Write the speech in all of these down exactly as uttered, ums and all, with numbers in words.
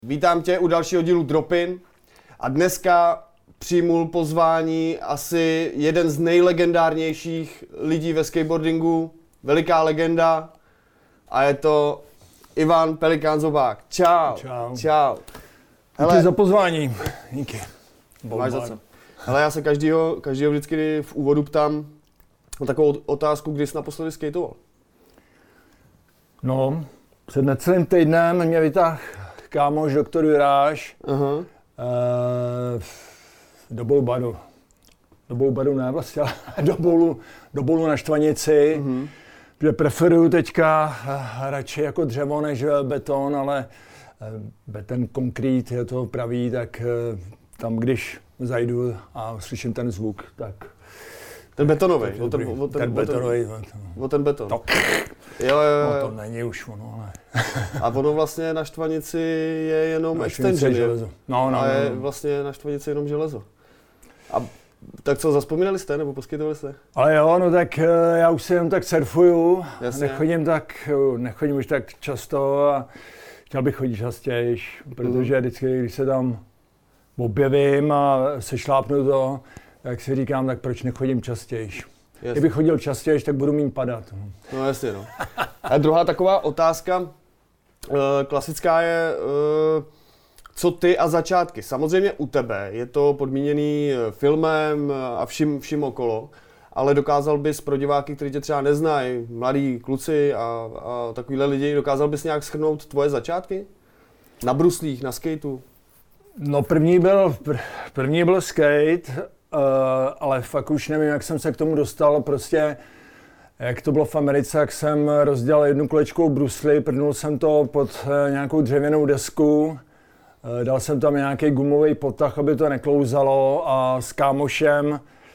Vítám tě u dalšího dílu Drop-in a dneska přijmul pozvání asi jeden z nejlegendárnějších lidí ve skateboardingu, veliká legenda a je to Ivan Pelikán Zobák. Čau. Čau. Čau. Hele, díky za pozvání. Díky. Máš za co. Hele, já se každýho, každýho vždycky v úvodu ptám o takovou otázku, kdy jsi naposledy skateoval. No, před necelým týdnem mě vytáhl kámoš doktor Juráš uh-huh. e, do Boulbadu. Do Boulbadu ne vlastně, ale do Boulu, do Boulu na Štvanici, uh-huh. kde preferuju teďka radši jako dřevo než beton, ale ten konkrét je to pravý, tak tam když zajdu a slyším ten zvuk, tak... Ten betonový, o ten, o ten, ten betonový. O ten beton. To, jo, jo, jo. No to není už ono, ale... A ono vlastně na Štvanici je jenom na extension, železo. No, no, a je no, no. vlastně na Štvanici jenom železo. A tak co, zaspomínali jste nebo poskytovali jste? Ale jo, no tak já už si jenom tak surfuju, Jasně. nechodím tak, nechodím už tak často a chtěl bych chodit častěji, protože vždycky, když se tam objevím a sešlápnu to, jak si říkám, tak proč nechodím častěji. Kdybych chodil častěji, tak budu mít padat. No jasně, no. A druhá taková otázka, klasická je, co ty a začátky. Samozřejmě u tebe je to podmíněný filmem a vším, vším okolo, ale dokázal bys pro diváky, kteří tě třeba neznají, mladí kluci a, a takovýhle lidi, dokázal bys nějak shrnout tvoje začátky? Na bruslích, na skateu? No první byl, první byl skate, uh, ale fakt už nevím, jak jsem se k tomu dostal, prostě jak to bylo v Americe, jak jsem rozdělal jednu kolečkou brusli, prdnul jsem to pod uh, nějakou dřevěnou desku, uh, dal jsem tam nějaký gumový potah, aby to neklouzalo a s kámošem,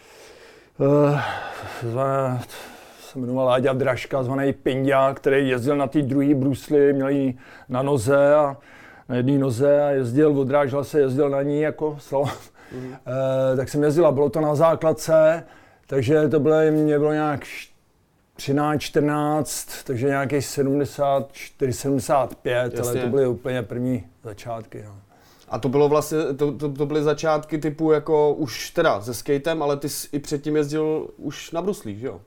uh, zvané, se jmenoval Láďa Dražka, zvaný Pindia, který jezdil na té druhé brusli, měl ji na noze a na jedné noze a jezdil, odrážel se, jezdil na ní jako slalom. Mm-hmm. E, tak jsem jezdil a bylo to na základce, takže to bylo, mě bylo nějak třináct, čtrnáct, takže nějakých sedmdesát čtyři, sedmdesát pět, jasně. Ale to byly úplně první začátky. No. A to bylo vlastně, to, to, to byly začátky typu jako už teda se skatem, ale ty jsi i předtím jezdil už na bruslích, že jo?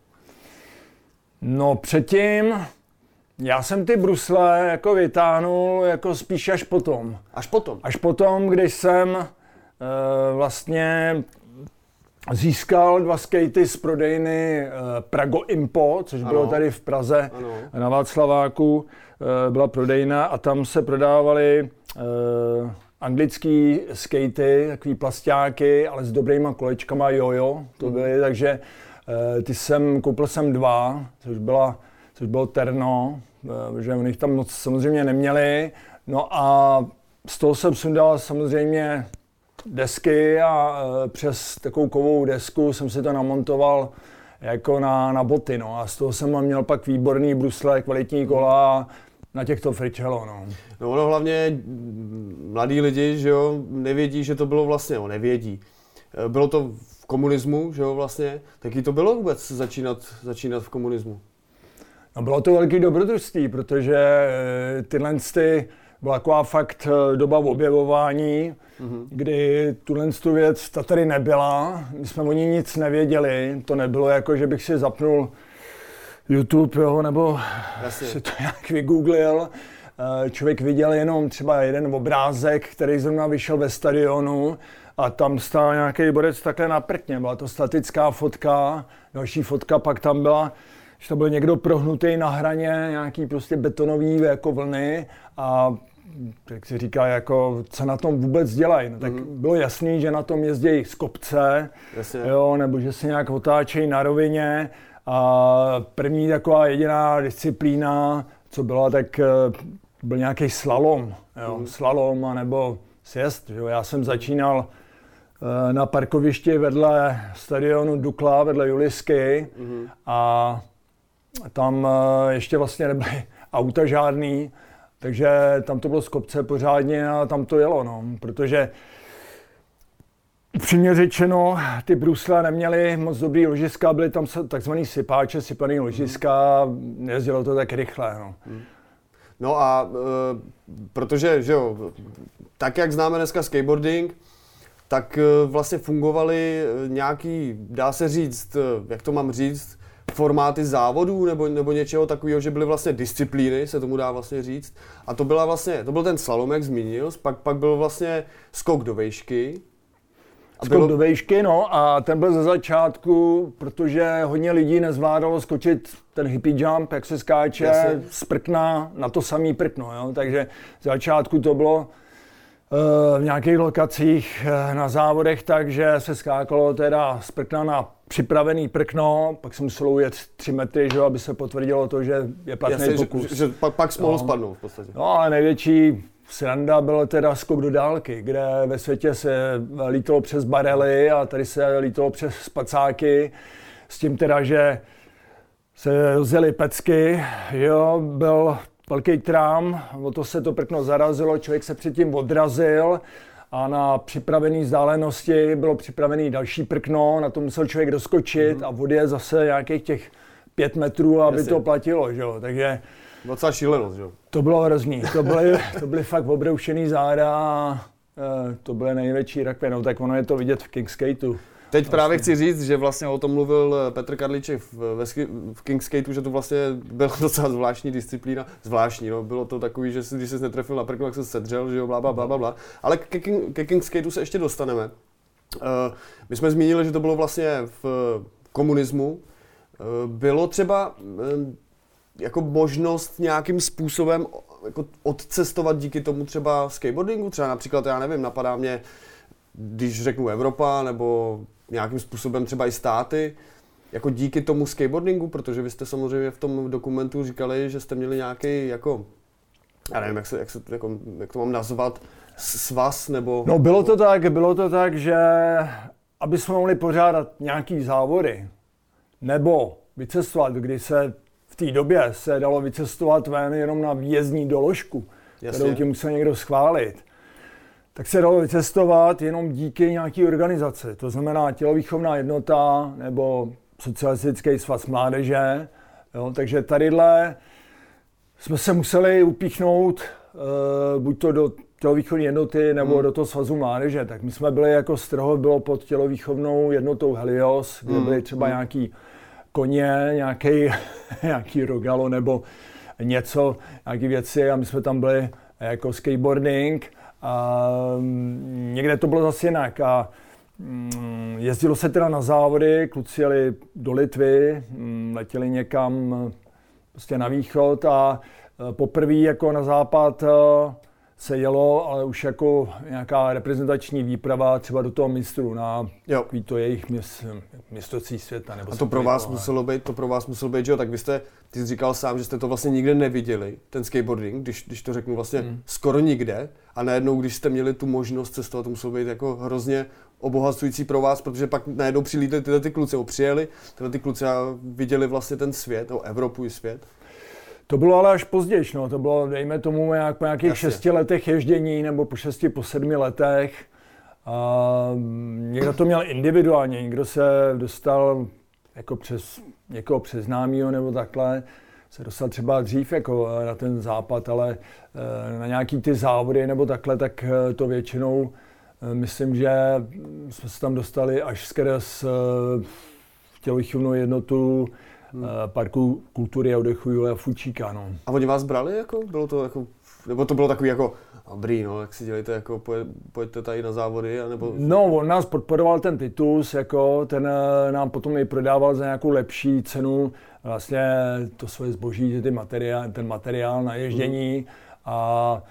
No předtím... Já jsem ty brusle jako vytáhnul jako spíš až potom. Až potom? Až potom, když jsem e, vlastně získal dva skatey z prodejny e, Prago Impo, což ano. Bylo tady v Praze, ano. Na Václaváku e, byla prodejna a tam se prodávaly e, anglický skatey, takový plasťáky, ale s dobrýma kolečkama jojo, to byly, mm. takže e, ty jsem, koupil jsem dva, což byla což bylo terno, že oni tam moc samozřejmě neměli. No a z toho jsem sundal samozřejmě desky a přes takovou kovovou desku jsem si to namontoval jako na, na boty. No. A z toho jsem měl pak výborný brusle, kvalitní kola a na těch to fričelo. No. No ono hlavně mladí lidi, že jo, nevědí, že to bylo vlastně, no, nevědí. Bylo to v komunismu, že jo, vlastně. Taky to bylo vůbec začínat, začínat v komunismu? No bylo to velký dobrodružství, protože tyhle ty byla taková fakt doba objevování, mm-hmm. kdy tuhle tu věc ta tady nebyla, my jsme o ní nic nevěděli, to nebylo jako, že bych si zapnul YouTube, jo, nebo Jasně. si to nějak vygooglil. Člověk viděl jenom třeba jeden obrázek, který zrovna vyšel ve stadionu a tam stál nějaký borec takhle na prtně, byla to statická fotka, další fotka pak tam byla, že to byl někdo prohnutý na hraně, nějaký prostě betonový jako vlny a jak si říká, jako, co na tom vůbec dělají. No, tak mm-hmm. bylo jasný, že na tom jezdí z kopce, jo, nebo že se nějak otáčejí na rovině a první taková jediná disciplína, co byla, tak byl nějaký slalom, jo, mm-hmm. slalom a nebo sjezd. Jo. Já jsem začínal na parkovišti vedle stadionu Dukla, vedle Julisky mm-hmm. a tam ještě vlastně nebyly auta žádný, takže tam to bylo z kopce pořádně a tam to jelo, no, protože upřímně řečeno, ty brusle neměly moc dobrý ložiska, byly tam takzvaný sypáče, sypaný ložiska, jezdilo to tak rychle, no. No a e, protože, že jo, tak jak známe dneska skateboarding, tak e, vlastně fungovaly nějaký, dá se říct, jak to mám říct, formáty závodů nebo, nebo něčeho takového, že byly vlastně disciplíny, se tomu dá vlastně říct. A to byla vlastně, to byl ten slalom, jak zmínil, pak, pak byl vlastně skok do výšky. Skok bylo... do výšky, no, a ten byl ze začátku, protože hodně lidí nezvládalo skočit ten hippie jump, jak se skáče Jasně. z prkna na to samý prkno, jo? Takže z začátku to bylo uh, v nějakých lokacích uh, na závodech, takže se skákalo teda z prkna na připravený prkno, pak se muselo ujet tři metry, že, aby se potvrdilo to, že je platný pokus. Že, že, že pak, pak jsi mohl no. spadnout v podstatě. No, ale největší sranda byl teda skok do dálky, kde ve světě se lítalo přes barely a tady se lítalo přes spacáky. S tím teda, že se rozjeli pecky, jo, byl velký trám, o to se to prkno zarazilo, člověk se předtím odrazil a na připravené vzdálenosti bylo připravené další prkno, na to musel člověk doskočit mm-hmm. a vody zase nějakých těch pět metrů, aby Jasně. to platilo, že jo, takže docela šílenost, že jo? To bylo hrozný, to byly, to byly fakt obroušený záda a e, to byly největší rakve, no tak ono je to vidět v King Skateu. Teď vlastně. Právě chci říct, že vlastně o tom mluvil Petr Karliček v, v King Skateu, že to vlastně byla docela zvláštní disciplína, zvláštní, no, bylo to takový, že si, když jsi netrefil na prkno, tak se sedřel, že jo, blá, blá, blá, blá. Ale ke King, ke King Skateu se ještě dostaneme. Uh, my jsme zmínili, že to bylo vlastně v komunismu. Uh, bylo třeba uh, jako možnost nějakým způsobem jako odcestovat díky tomu třeba skateboardingu, třeba například, já nevím, napadá mě, když řeknu Evropa, nebo nějakým způsobem třeba i státy, jako díky tomu skateboardingu, protože vy jste samozřejmě v tom dokumentu říkali, že jste měli nějaký, jako, já nevím, jak, se, jak, se, jako, jak to mám nazvat, svaz, nebo... No bylo to tak, bylo to tak, že aby jsme mohli pořádat nějaký závody, nebo vycestovat, kdy se v té době se dalo vycestovat ven jenom na výjezdní doložku, Jasně. kterou ti musel někdo schválit, tak se dalo vycestovat jenom díky nějaké organizaci. To znamená tělovýchovná jednota nebo socialistický svaz mládeže. Jo? Takže tadyhle jsme se museli upíchnout uh, buď to do tělovýchovné jednoty nebo hmm. do toho svazu mládeže. Tak my jsme byli jako Strhov bylo pod tělovýchovnou jednotou Helios, kde hmm. byly třeba hmm. nějaký koně, nějaký, nějaký rogalo nebo něco, nějaké věci a my jsme tam byli jako skateboarding a někde to bylo zase jinak a jezdilo se teda na závody, kluci jeli do Litvy, letěli někam prostě na východ a poprvé jako na západ se jelo, ale už jako nějaká reprezentační výprava třeba do toho mistru na takový to jejich měst, mistrovství světa. Nebo a to pro vás to, muselo být, to pro vás muselo být, že jo, tak vy jste, ty jsi říkal sám, že jste to vlastně nikde neviděli, ten skateboarding, když, když to řeknu vlastně hmm. skoro nikde a najednou, když jste měli tu možnost cestovat, to muselo být jako hrozně obohacující pro vás, protože pak najednou přilítli tyhle ty kluci, přijeli tyhle ty kluci a viděli vlastně ten svět, no, Evropu i svět. To bylo ale až později, no. To bylo, dejme tomu, jak po nějakých Jasně. šesti letech ježdění, nebo po šesti, po sedmi letech. A někdo to měl individuálně, někdo se dostal jako přes někoho přes známýho nebo takhle, se dostal třeba dřív jako na ten západ, ale na nějaký ty závody nebo takhle, tak to většinou, myslím, že jsme se tam dostali až skrz tělovýchovnou jednotu, Hmm. Parku kultury a oddechu Julia Fučíka, no. A oni vás brali jako? Bylo to jako, nebo to bylo takový jako, dobrý, no, jak si dělejte, jako pojďte tady na závody, anebo... No, on nás podporoval ten Titus, jako, ten nám potom i prodával za nějakou lepší cenu vlastně to svoje zboží, ty materiál, ten materiál na ježdění hmm. a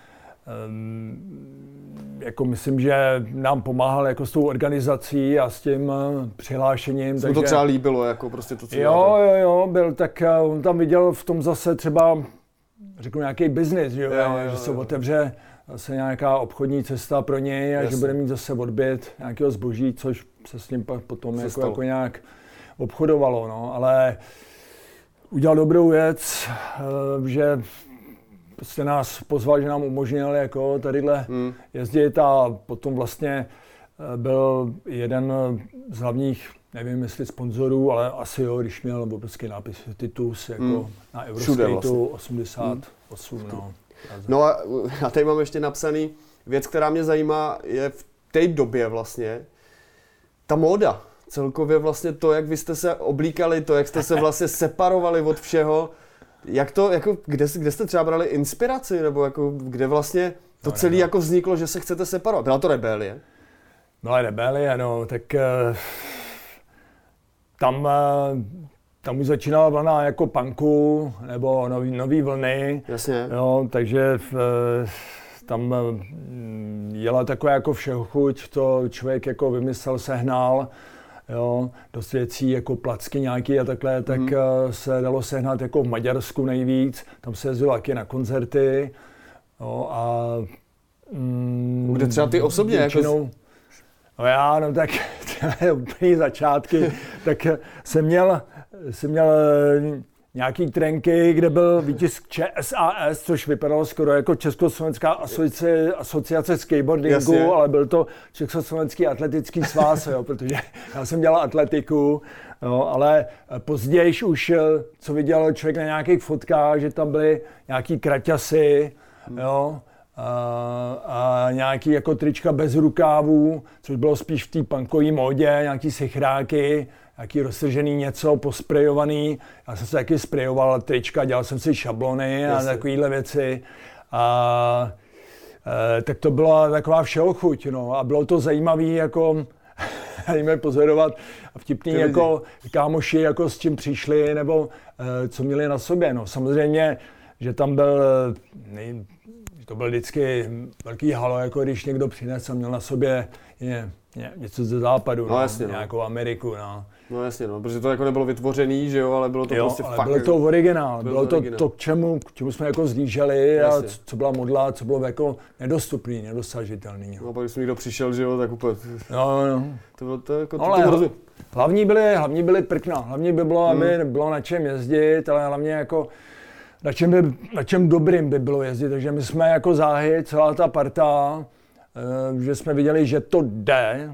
jako myslím, že nám pomáhal jako s tou organizací a s tím přihlášením. Se takže... to třeba líbilo, jako prostě to, co Jo, jo, jo, byl, tak on tam viděl v tom zase třeba, řeknu, nějaký biznis, že, jo, jo, jo, že se jo. otevře zase nějaká obchodní cesta pro něj a Jasně. že bude mít zase odbyt nějakého zboží, což se s ním pak potom jako, jako nějak obchodovalo, no, ale udělal dobrou věc, že prostě nás pozval, že nám umožnil jako tadyhle hmm. jezdit a potom vlastně byl jeden z hlavních, nevím jestli sponzorů, ale asi jo, když měl obrovský nápis Titus jako hmm. na Euroskateu vlastně. osmdesát osm, no. No a já tady mám ještě napsaný věc, která mě zajímá, je v té době vlastně ta móda. Celkově vlastně to, jak vy jste se oblíkali, to, jak jste se vlastně separovali od všeho. Jak to, jako, kde, kde jste třeba brali inspiraci, nebo jako, kde vlastně to celé jako vzniklo, že se chcete separovat? Byla to Rebelie? Byla Rebelie, no, tak uh, tam, uh, tam už začínala vlna jako punku, nebo nový, nový vlny. Jasně. Jo, takže v, uh, tam uh, jela taková jako všechuť, to člověk jako vymyslel, sehnal. Jo, dost věcí jako placky nějaký a takhle, tak mm. se dalo sehnat jako v Maďarsku nejvíc. Tam se jezdilo taky na koncerty. Jo, a mm, kde třeba ty osobně? Většinou, jako... No já, no tak úplně začátky, tak jsem měl, jsem měl nějaký trenky, kde byl výtisk ČSAS, což vypadalo skoro jako Československá asociace, asociace skateboardingu, Jasně. ale byl to Československý atletický svaz, jo, protože já jsem dělal atletiku, jo, ale později už, co viděl člověk na nějakých fotkách, že tam byly nějaký kraťasy, jo, a, a nějaký jako trička bez rukávů, což bylo spíš v té punkové módě, nějaký sichráky, nějaký roztržený něco, posprejovaný. Já jsem se taky sprejoval trička, dělal jsem si šablony a Jasně. takovýhle věci. A e, tak to byla taková všeochuť, no. A bylo to zajímavý, jako jdeme pozorovat a vtipný, Ty jako lidi. Kámoši, jako s čím přišli, nebo e, co měli na sobě. No, samozřejmě, že tam byl, nej, to byl vždycky velký halo, jako když někdo přinesl a měl na sobě je, je, něco ze západu, no, no, jasně, nějakou no. Ameriku. No. No jasně, no, protože to jako nebylo vytvořený, že jo, ale bylo to jo, prostě ale fakt... bylo to originál, bylo, bylo to originál. To, k čemu, k čemu jsme jako zlíželi jasně. A co byla modla, co bylo jako nedostupný, nedosažitelný. No a pak když někdo přišel, že jo, tak úplně... No, no. To bylo to jako... Ale to hl- hlavní byly, hlavní byly prkna, hlavní by bylo, hmm. aby bylo na čem jezdit, ale hlavně jako na čem, by, na čem dobrým by bylo jezdit, takže my jsme jako záhy, celá ta parta, že jsme viděli, že to jde,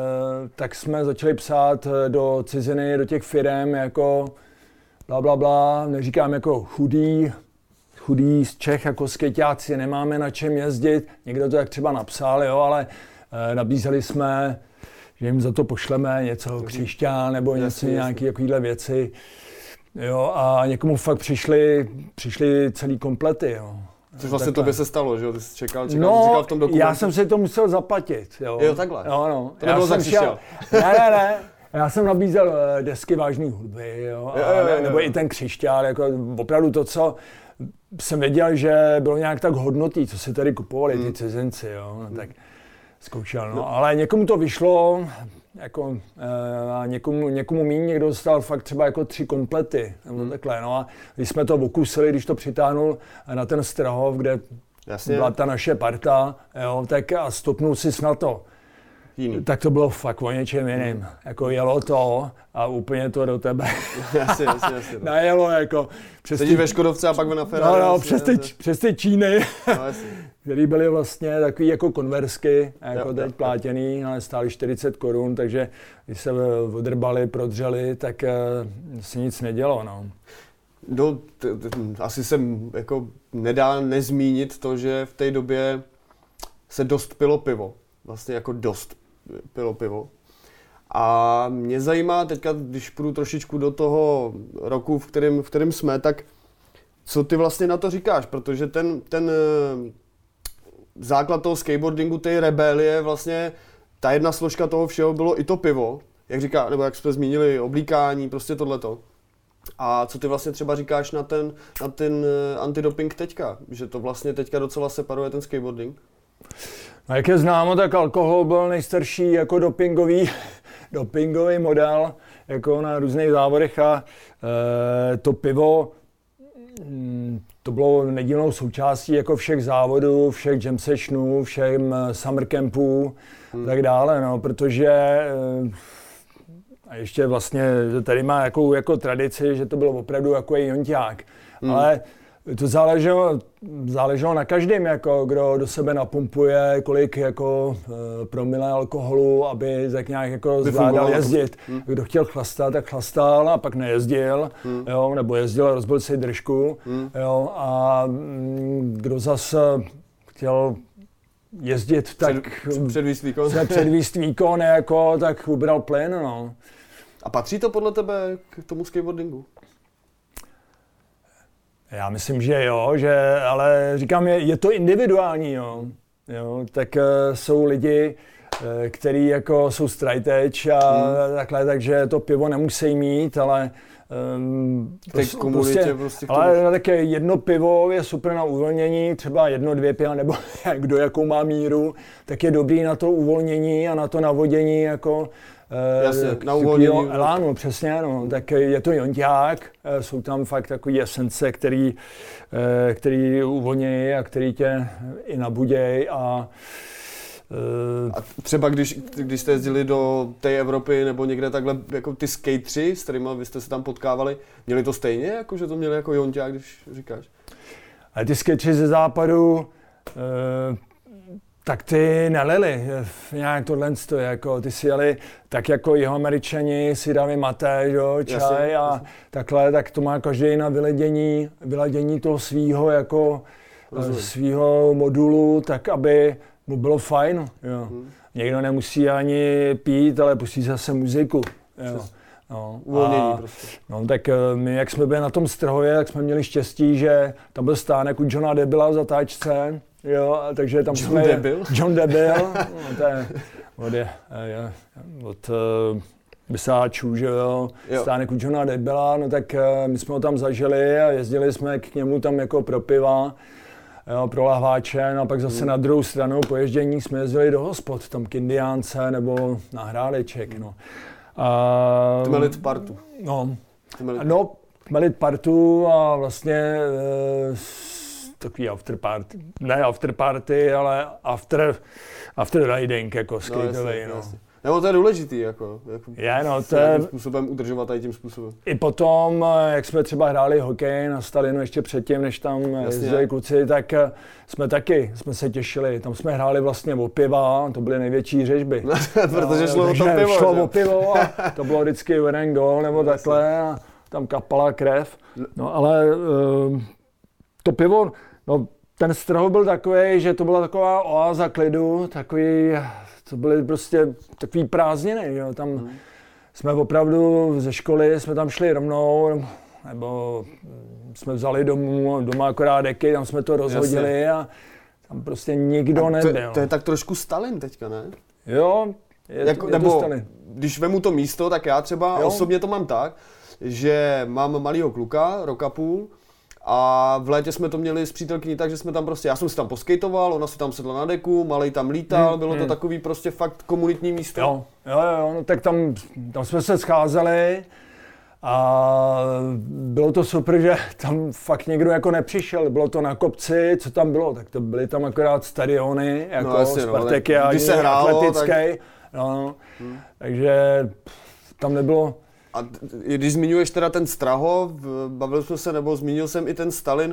tak jsme začali psát do ciziny, do těch firem jako bla, bla, bla, neříkám jako chudý, chudý z Čech, jako skejťáci, nemáme na čem jezdit, někdo to tak třeba napsal, jo, ale nabízeli jsme, že jim za to pošleme něco křišťá nebo něco, nějaké takovéhle věci. Jo, a někomu fakt přišly, přišly celý komplety, jo. Což vlastně tobě se stalo, že jo? Ty jsi čekal, čekal, no, čekal v tom dokumentu. Já jsem si to musel zaplatit, jo. Jo, takhle. Jo, no. To nebylo za šel... Ne, ne, ne. Já jsem nabízel desky vážný hudby, jo. A, jo, jo, jo. Nebo i ten křišťál, jako opravdu to, co jsem věděl, že bylo nějak tak hodnotný, co si tady kupovali hmm. ty cizinci, jo. No, tak zkoušel, no. no. Ale někomu to vyšlo, jako a někomu, někomu míň, někdo dostal fakt třeba jako tři komplety, nebo hmm. takhle, no a když jsme to okusili, když to přitáhnul na ten Strahov, kde Jasně. byla ta naše parta, jo, tak a stopnul si na to. Jiný. Tak to bylo fakt o něčem jiným, hmm. jako jelo to a úplně to do tebe jasně, jasně, jasně, no. najelo, jako přes Sedíš ty... ve Škodovce a pak na Ferrari. No, no, přes ty, přes ty Číny, no, který byly vlastně takový jako konversky, jako jo, teď jo, plátěný, ale stály čtyřicet korun, takže když se odrbali, prodřeli, tak uh, se nic nedělo, no. No, t- t- asi se jako nedá nezmínit to, že v té době se dost pilo pivo, vlastně jako dost pilo pivo. A mě zajímá teďka, když půjdu trošičku do toho roku, v kterém, v kterém jsme, tak co ty vlastně na to říkáš, protože ten, ten základ toho skateboardingu, té rebelie, vlastně ta jedna složka toho všeho bylo i to pivo, jak říká, nebo jak jsme zmínili, oblíkání, prostě tohleto. A co ty vlastně třeba říkáš na ten, na ten antidoping teďka, že to vlastně teďka docela separuje ten skateboarding? No, jak je známo, tak alkohol byl nejstarší jako dopingový, dopingový model jako na různých závodech a e, to pivo m, to bylo nedílnou součástí jako všech závodů, všech jam sessionů, všech summer campů hmm. tak dále, no, protože e, a ještě vlastně tady má jakou jako tradici, že to bylo opravdu jako jonťák, hmm. ale To záleželo, záleželo na každém, jako, kdo do sebe napumpuje, kolik jako, e, promile alkoholu, aby tak nějak jako zvládal jezdit. Hmm. Kdo chtěl chlastat, tak chlastal a pak nejezdil, hmm. jo, nebo jezdil a rozbil si držku. Hmm. Jo, a m, kdo zase chtěl jezdit, tak Před, předvíst výkon. předvíst výkon, jako, tak ubral plyn. No. A patří to podle tebe k tomu skateboardingu? Já myslím, že jo, že, ale říkám, je, je to individuální, jo. jo tak uh, jsou lidi, uh, kteří jako jsou straight edge a hmm. takhle, takže to pivo nemusí mít, ale um, prostě, prostě, prostě ale také jedno pivo je super na uvolnění, třeba jedno, dvě piva, nebo kdo jakou má míru, tak je dobrý na to uvolnění a na to navodění, jako Jasně, na uvolnění. Elánu, přesně, no, tak je to jonťák, jsou tam fakt takový esence, který, který uvolnějí a který tě i nabudějí a A třeba když, když jste jezdili do té Evropy nebo někde takhle, jako ty skateři, s kterými vy jste se tam potkávali, měli to stejně, jako že to měli jako jonťák, když říkáš? A ty skateři ze západu, tak ty nelili nějak tohle stojí, jako ty si jeli tak jako Jihoameričani si dali maté, jo, čaj jasně, a jasně. takhle, tak to má každý na vyladění, vyladění toho svýho jako Rozumím. svýho modulu, tak aby mu bylo fajn, jo. Hmm. Někdo nemusí ani pít, ale pustí zase muziku, jo. No, uvolnění prostě. No, tak my, jak jsme byli na tom Strhově, tak jsme měli štěstí, že tam byl stánek u Johna Debila v zatáčce. Jo, takže tam John jsme... Debil? John Debil? No, to je od, je, je, od uh, Vysáčů, že jo, jo. Stánek u Johna Debila, no tak uh, my jsme ho tam zažili a jezdili jsme k němu tam jako pro piva, jo, pro lahváče, no a pak zase hmm. na druhou stranu po ježdění jsme jezdili do hospod, tam k Indiánce nebo na Hrádeček, no. Uh, Tmelit partu. No, Tmelit. no, tmelit partu a vlastně uh, takový afterparty, ne afterparty, ale after, after riding, jako skateovej, no. Jasně. Nebo to je důležitý, jako, jako je, no, to je způsobem udržovat tady tím způsobem. I potom, jak jsme třeba hráli hokej na Stalinu ještě předtím, než tam jezdili kluci, tak jsme taky, jsme se těšili. Tam jsme hráli vlastně o piva, to byly největší řežby. Protože šlo no, o to pivo. Šlo o pivo a to bylo vždycky jeden gól nebo takhle a tam kapala krev. No ale to pivo, no ten Strhov byl takový, že to byla taková oáza klidu, takový, to byly prostě takový prázdniny, jo. Tam hmm. jsme opravdu ze školy, jsme tam šli rovnou, nebo jsme vzali domů, doma akorát deky, tam jsme to rozhodili a tam prostě nikdo a nebyl. To, to je tak trošku Stalin teďka, ne? Jo, je, jako, je nebo, to Stalin. Když vemu to místo, tak já třeba jo. osobně to mám tak, že mám malýho kluka, rok a půl, a v létě jsme to měli s přítelkyní tak, že jsme tam prostě, já jsem si tam poskejtoval, ona si tam sedla na deku, malej tam lítal, hmm, bylo hmm. to takový prostě fakt komunitní místo. Jo, jo, jo, no tak tam, tam jsme se scházeli a bylo to super, že tam fakt někdo jako nepřišel, bylo to na kopci, co tam bylo, tak to byly tam akorát stadiony, jako no, Sparteky no, a atletický, tak... no, hmm. takže tam nebylo. A když zmiňuješ teda ten Strahov, bavil jsme se, nebo zmínil jsem i ten Stalin,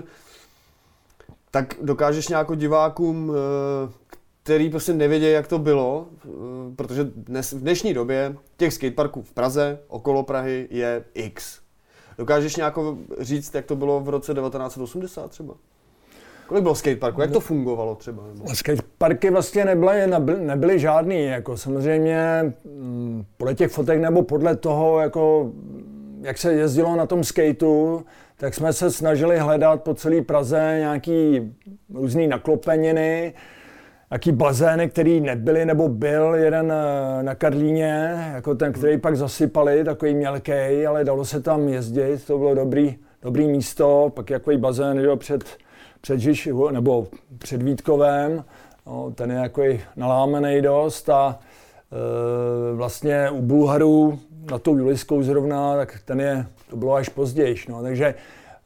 tak dokážeš nějakou divákům, který prostě nevědějí, jak to bylo, protože dnes, v dnešní době těch skateparků v Praze, okolo Prahy je X. Dokážeš nějakou říct, jak to bylo v roce devatenáct set osmdesát třeba? Kolik bylo skateparků? Jak to fungovalo třeba? Skateparky vlastně nebyly, nebyly žádný, jako samozřejmě podle těch fotek nebo podle toho, jako, jak se jezdilo na tom skateu, tak jsme se snažili hledat po celé Praze nějaký různý naklopeniny, nějaký bazény, který nebyly, nebo byl jeden na Karlíně, jako ten, který pak zasypali, takový mělkej, ale dalo se tam jezdit, to bylo dobrý, dobrý místo, pak takový bazén, jo, před před Žiž, nebo před Vítkovem, no, ten je takový nalámený dost a e, vlastně u Bulharů na tou Juliskou zrovna, tak ten je, to bylo až později, no, takže e,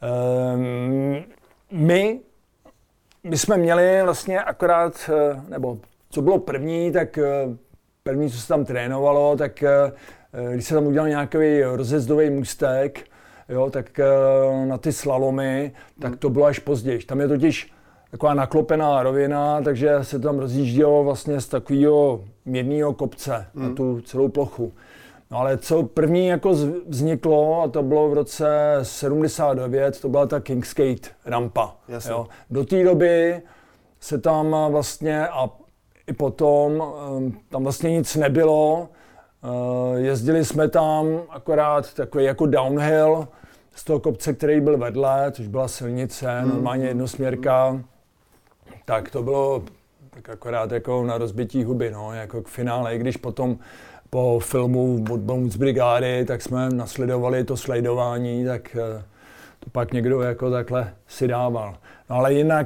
my, my jsme měli vlastně akorát, nebo co bylo první, tak první, co se tam trénovalo, tak když se tam udělal nějaký rozjezdový můstek, jo, tak na ty slalomy, tak to bylo až později. Tam je totiž taková naklopená rovina, takže se tam rozjíždělo vlastně z takového mírného kopce hmm. na tu celou plochu. No ale co první jako vzniklo, a to bylo v roce sedmdesát devět, to byla ta Kingsgate rampa. Jo. Do té doby se tam vlastně a i potom tam vlastně nic nebylo. Jezdili jsme tam akorát takový jako downhill z toho kopce, který byl vedle, což byla silnice, normálně jednosměrka. Tak to bylo tak akorát jako na rozbití huby, no, jako k finále, i když potom po filmu od Bones brigády, tak jsme nasledovali to slejdování, tak to pak někdo jako takhle si dával. No ale jinak,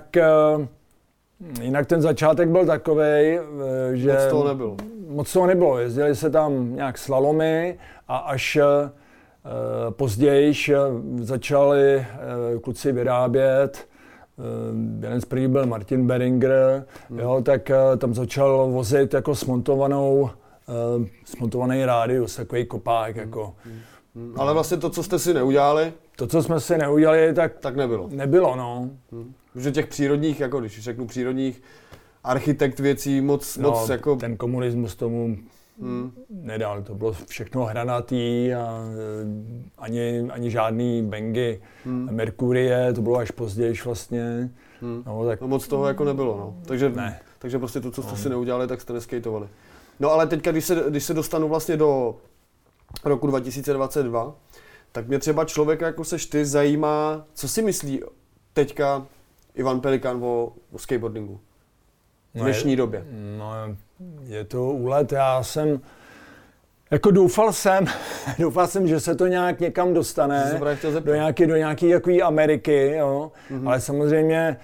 jinak ten začátek byl takovej, že moc toho nebylo. Moc toho nebylo, jezdili se tam nějak slalomy a až později začali kluci vyrábět. Jeden z prvních byl Martin Beringer, hmm. jo, tak tam začal vozit jako smontovanou Uh, smontovaný rádius, takový kopák. Jako. Hmm. Hmm. Ale vlastně to, co jste si neudělali? To, co jsme si neudělali, tak, tak nebylo. Nebylo, no. Hmm. Protože těch přírodních, jako když řeknu přírodních, architekt věcí moc, no, moc jako... ten komunismus tomu hmm. nedal. To bylo všechno hranatý a ani, ani žádný bengy hmm. Merkurie, to bylo až později vlastně. Hmm. No, tak... no moc toho jako nebylo, no. Takže, ne. takže prostě to, co jste no. si neudělali, tak jste neskejtovali. No ale teďka, když se, když se dostanu vlastně do roku dva tisíce dvacet dva, tak mě třeba člověk, jako seš ty, zajímá, co si myslí teďka Ivan Pelikán o, o skateboardingu v dnešní no je, době. No je to úlet, já jsem, jako doufal jsem, doufal jsem, že se to nějak někam dostane, do nějaké, do nějaké jaký Ameriky, jo, mm-hmm. ale samozřejmě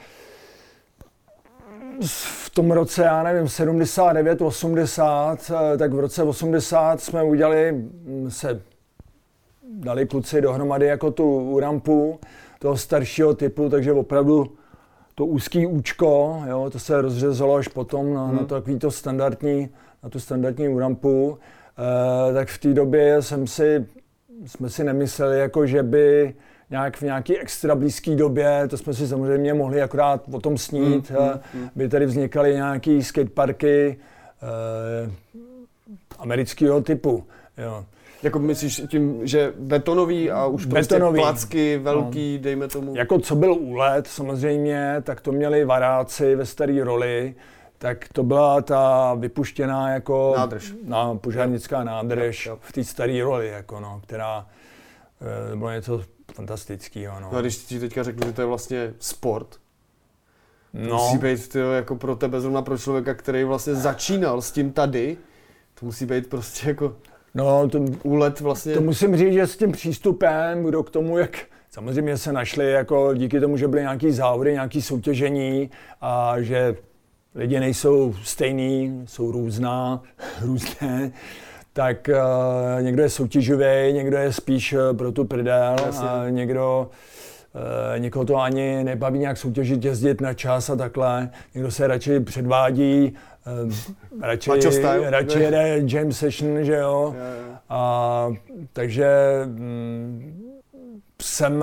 v tom roce, já nevím, sedmdesát devět, osmdesát, tak v roce osmdesát jsme udělali, se dali kluci dohromady jako tu rampu toho staršího typu, takže opravdu to úzký účko, jo, to se rozřezalo až potom na, hmm. na to takový to standardní, na tu standardní rampu, e, tak v té době jsem si, jsme si nemysleli, jako že by nějak v nějaké extra blízké době, to jsme si samozřejmě mohli akorát o tom snít, mm, mm, mm. by tady vznikaly nějaké skateparky eh, amerického typu. Jo. Jako myslíš tím, že betonový a už betonový. Prostě placky velký, no. dejme tomu? Jako co byl úlet samozřejmě, tak to měli varáci ve staré roli, tak to byla ta vypuštěná jako nádrž. Na požárnická nádrž jo, jo. v té staré roli, jako no, která eh, bylo něco fantastického, no. No a když ti teďka řeknu, že to je vlastně sport, no. to musí být tyjo, jako pro tebe, zrovna pro člověka, který vlastně začínal s tím tady, to musí být prostě jako no, to, úlet vlastně. To musím říct, že s tím přístupem budou k tomu, jak samozřejmě se našli, jako díky tomu, že byly nějaký závody, nějaké soutěžení a že lidi nejsou stejný, jsou různá, různé, tak uh, někdo je soutěživý, někdo je spíš uh, pro tu prdel a někdo, uh, někoho to ani nebaví nějak soutěžit, jezdit na čas a takhle. Někdo se radši předvádí, uh, radši, radši jede jam session, že jo. Yeah, yeah. A, takže mm, jsem,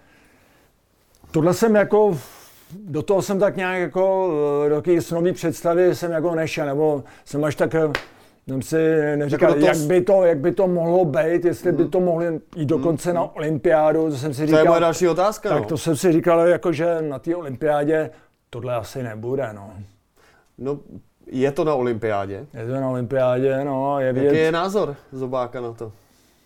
tohle jsem jako, do toho jsem tak nějak jako, do takové snový představy jsem jako nešel, nebo jsem až tak jsem si neříkal, jako jak, by to, jak by to mohlo být, jestli mm. by to mohli jít dokonce mm. na olympiádu, to jsem si říkal. To je moje další otázka, Tak no. to jsem si říkal, jako, že na té olympiádě tohle asi nebude, no. No, je to na olympiádě. Je to na olympiádě, no. Je vidět, jaký je názor Zobáka na to?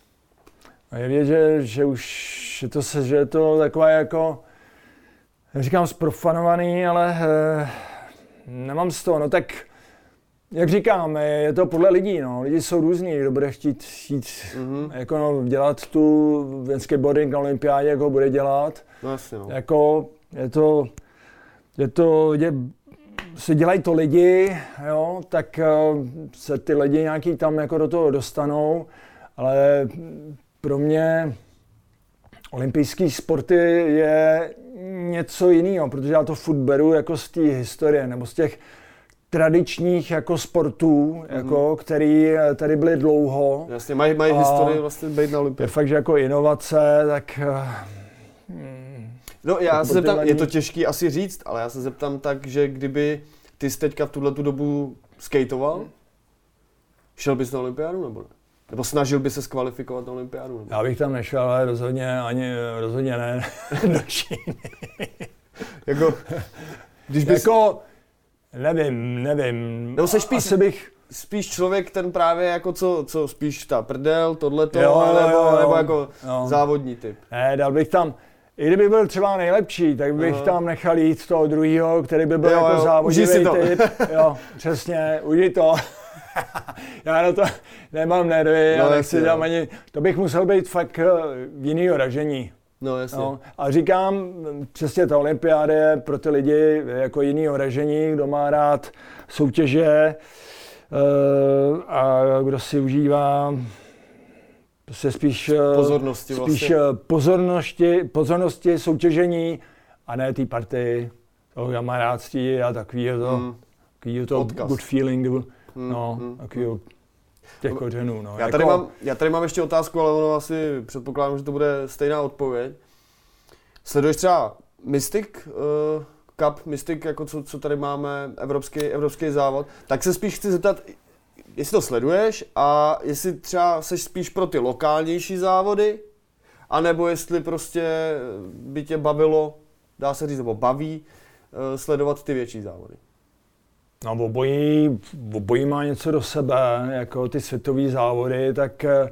Je vidět, že, že už je to, že je to taková jako, říkám zprofanovaný, ale eh, nemám z toho, no tak jak říkám, je to podle lidí, no. Lidi jsou různí, kdo bude chtít, chtít mm-hmm. jako no, dělat tu skateboarding na olympiádě, jak ho bude dělat. No jasně, no. Jako je to, je to, je, se dělají to lidi, jo, tak uh, se ty lidi nějaký tam jako do toho dostanou, ale pro mě olympijský sporty je něco jiného, protože já to furt beru jako z té historie, nebo z těch tradičních jako sportů, mm-hmm. jako, který tady byly dlouho. Jasně, mají, mají historii vlastně být na olympiádě. Je fakt, že jako inovace, tak... Hmm, no já se zeptám, je to těžký asi říct, ale já se zeptám tak, že kdyby ty jsi teďka v tuhletu dobu skateoval, hmm. šel bys na olympiádu nebo ne? Nebo snažil by se zkvalifikovat na olympiádu? Nebo? Já bych tam nešel, ale rozhodně, ani, rozhodně ne do Číny. jako, když bys... Jako, nevím, nevím. Nebo seš spíš, asi bych... spíš člověk ten právě jako co, co spíš ta prdel, tohleto, jo, jo, nebo, jo, nebo jako jo. závodní typ? Ne, dal bych tam, i kdyby byl třeba nejlepší, tak bych Aha. tam nechal jít toho druhýho, který by byl jo, jako závodivý typ. Jo, přesně, užij to. Já na to nemám nervy, no, já nechci tam ani, to bych musel být fakt v jinýho ražení. No, jasně. No, a říkám, přesně ta olympiáda je pro ty lidi jako jinýho ražení, kdo má rád soutěže uh, a kdo si užívá prostě spíš pozornosti, spíš vlastně. pozornosti, pozornosti, soutěžení a ne té party, toho kamarádství a takovýho to, hmm. takovýho to good feeling, hmm. no, hmm. takovýho těch kořenů. No. Já, tady jako... mám, já tady mám ještě otázku, ale ono asi předpokládám, že to bude stejná odpověď. Sleduješ třeba Mystic uh, Cup, Mystic, jako co, co tady máme, evropský, evropský závod, tak se spíš chci zeptat, jestli to sleduješ a jestli třeba seš spíš pro ty lokálnější závody, anebo jestli prostě by tě bavilo, dá se říct, nebo baví, uh, sledovat ty větší závody. No obojí, obojí má něco do sebe, jako ty světové závody, tak uh,